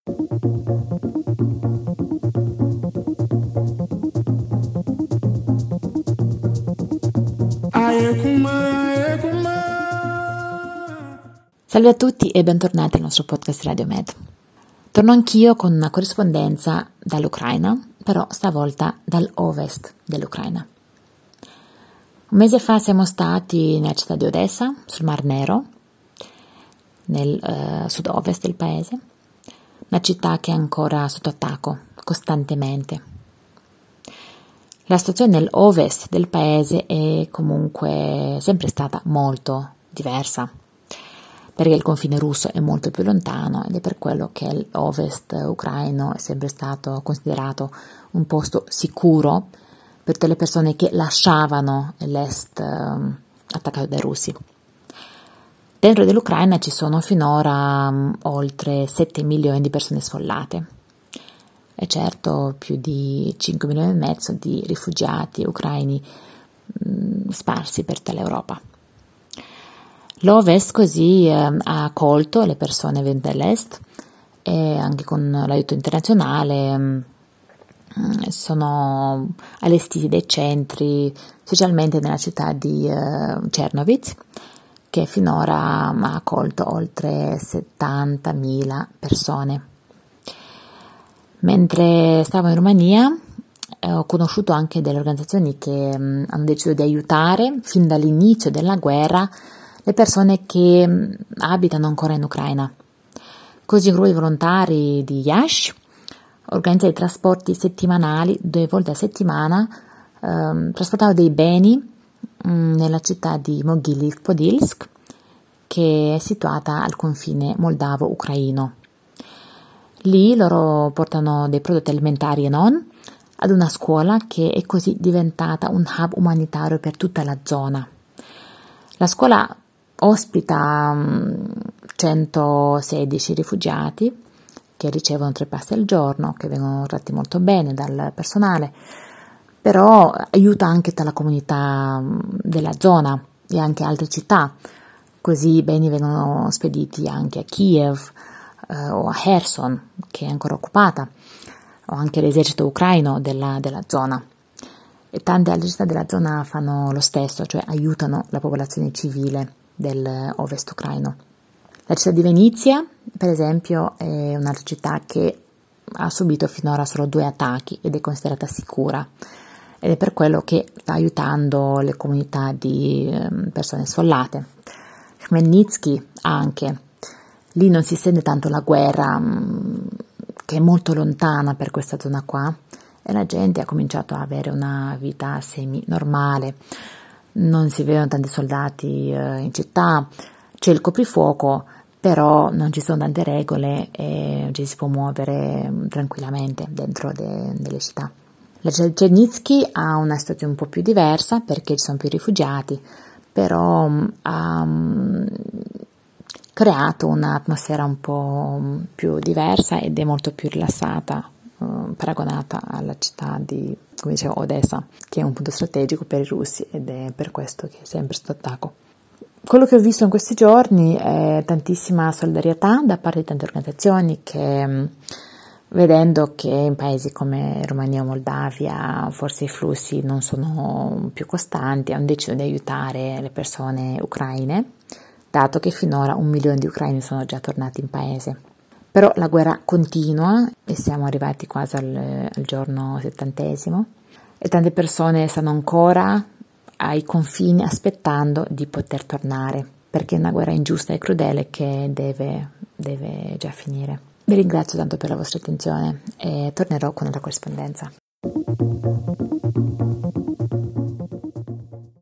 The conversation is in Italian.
Salve a tutti e bentornati al nostro podcast Radio Med. Torno anch'io con una corrispondenza dall'Ucraina, però stavolta dall'ovest dell'Ucraina. Un mese fa siamo stati nella città di Odessa, sul Mar Nero, nel sud-ovest del paese, una città che è ancora sotto attacco costantemente. La situazione nell'ovest del paese è comunque sempre stata molto diversa, perché il confine russo è molto più lontano ed è per quello che l'ovest ucraino è sempre stato considerato un posto sicuro per tutte le persone che lasciavano l'est attaccato dai russi. Dentro dell'Ucraina ci sono finora oltre 7 milioni di persone sfollate e certo più di 5 milioni e mezzo di rifugiati ucraini sparsi per tutta l'Europa. L'Ovest così ha accolto le persone venute dall'Est e anche con l'aiuto internazionale sono allestiti dei centri, specialmente nella città di Černovice, che finora ha accolto oltre 70.000 persone. Mentre stavo in Romania ho conosciuto anche delle organizzazioni che hanno deciso di aiutare fin dall'inizio della guerra le persone che abitano ancora in Ucraina. Così un gruppo di volontari di Yash organizza i trasporti settimanali, 2 volte a settimana, trasportava dei beni nella città di Mogilev-Podilsk, che è situata al confine moldavo-ucraino. Lì loro portano dei prodotti alimentari e non ad una scuola che è così diventata un hub umanitario per tutta la zona. La scuola ospita 116 rifugiati che ricevono 3 pasti al giorno, che vengono trattati molto bene dal personale, però aiuta anche tutta la comunità della zona e anche altre città, così i beni vengono spediti anche a Kiev o a Kherson, che è ancora occupata, o anche l'esercito ucraino della zona. E tante altre città della zona fanno lo stesso, cioè aiutano la popolazione civile dell'ovest ucraino. La città di Venezia, per esempio, è un'altra città che ha subito finora solo 2 attacchi ed è considerata sicura, ed è per quello che sta aiutando le comunità di persone sfollate. Khmelnytsky anche, lì non si sente tanto la guerra, che è molto lontana per questa zona qua, e la gente ha cominciato a avere una vita semi-normale. Non si vedono tanti soldati in città, c'è il coprifuoco, però non ci sono tante regole e ci si può muovere tranquillamente dentro delle città. La città di Chernivtsi ha una situazione un po' più diversa perché ci sono più rifugiati, però ha creato un'atmosfera un po' più diversa ed è molto più rilassata, paragonata alla città di, come dicevo, Odessa, che è un punto strategico per i russi ed è per questo che è sempre sotto attacco. Quello che ho visto in questi giorni è tantissima solidarietà da parte di tante organizzazioni che, vedendo che in paesi come Romania o Moldavia forse i flussi non sono più costanti, hanno deciso di aiutare le persone ucraine, dato che finora 1 milione di ucraini sono già tornati in paese. Però la guerra continua e siamo arrivati quasi al giorno 70° e tante persone stanno ancora ai confini aspettando di poter tornare, perché è una guerra ingiusta e crudele che deve già finire. Vi ringrazio tanto per la vostra attenzione e tornerò con la corrispondenza.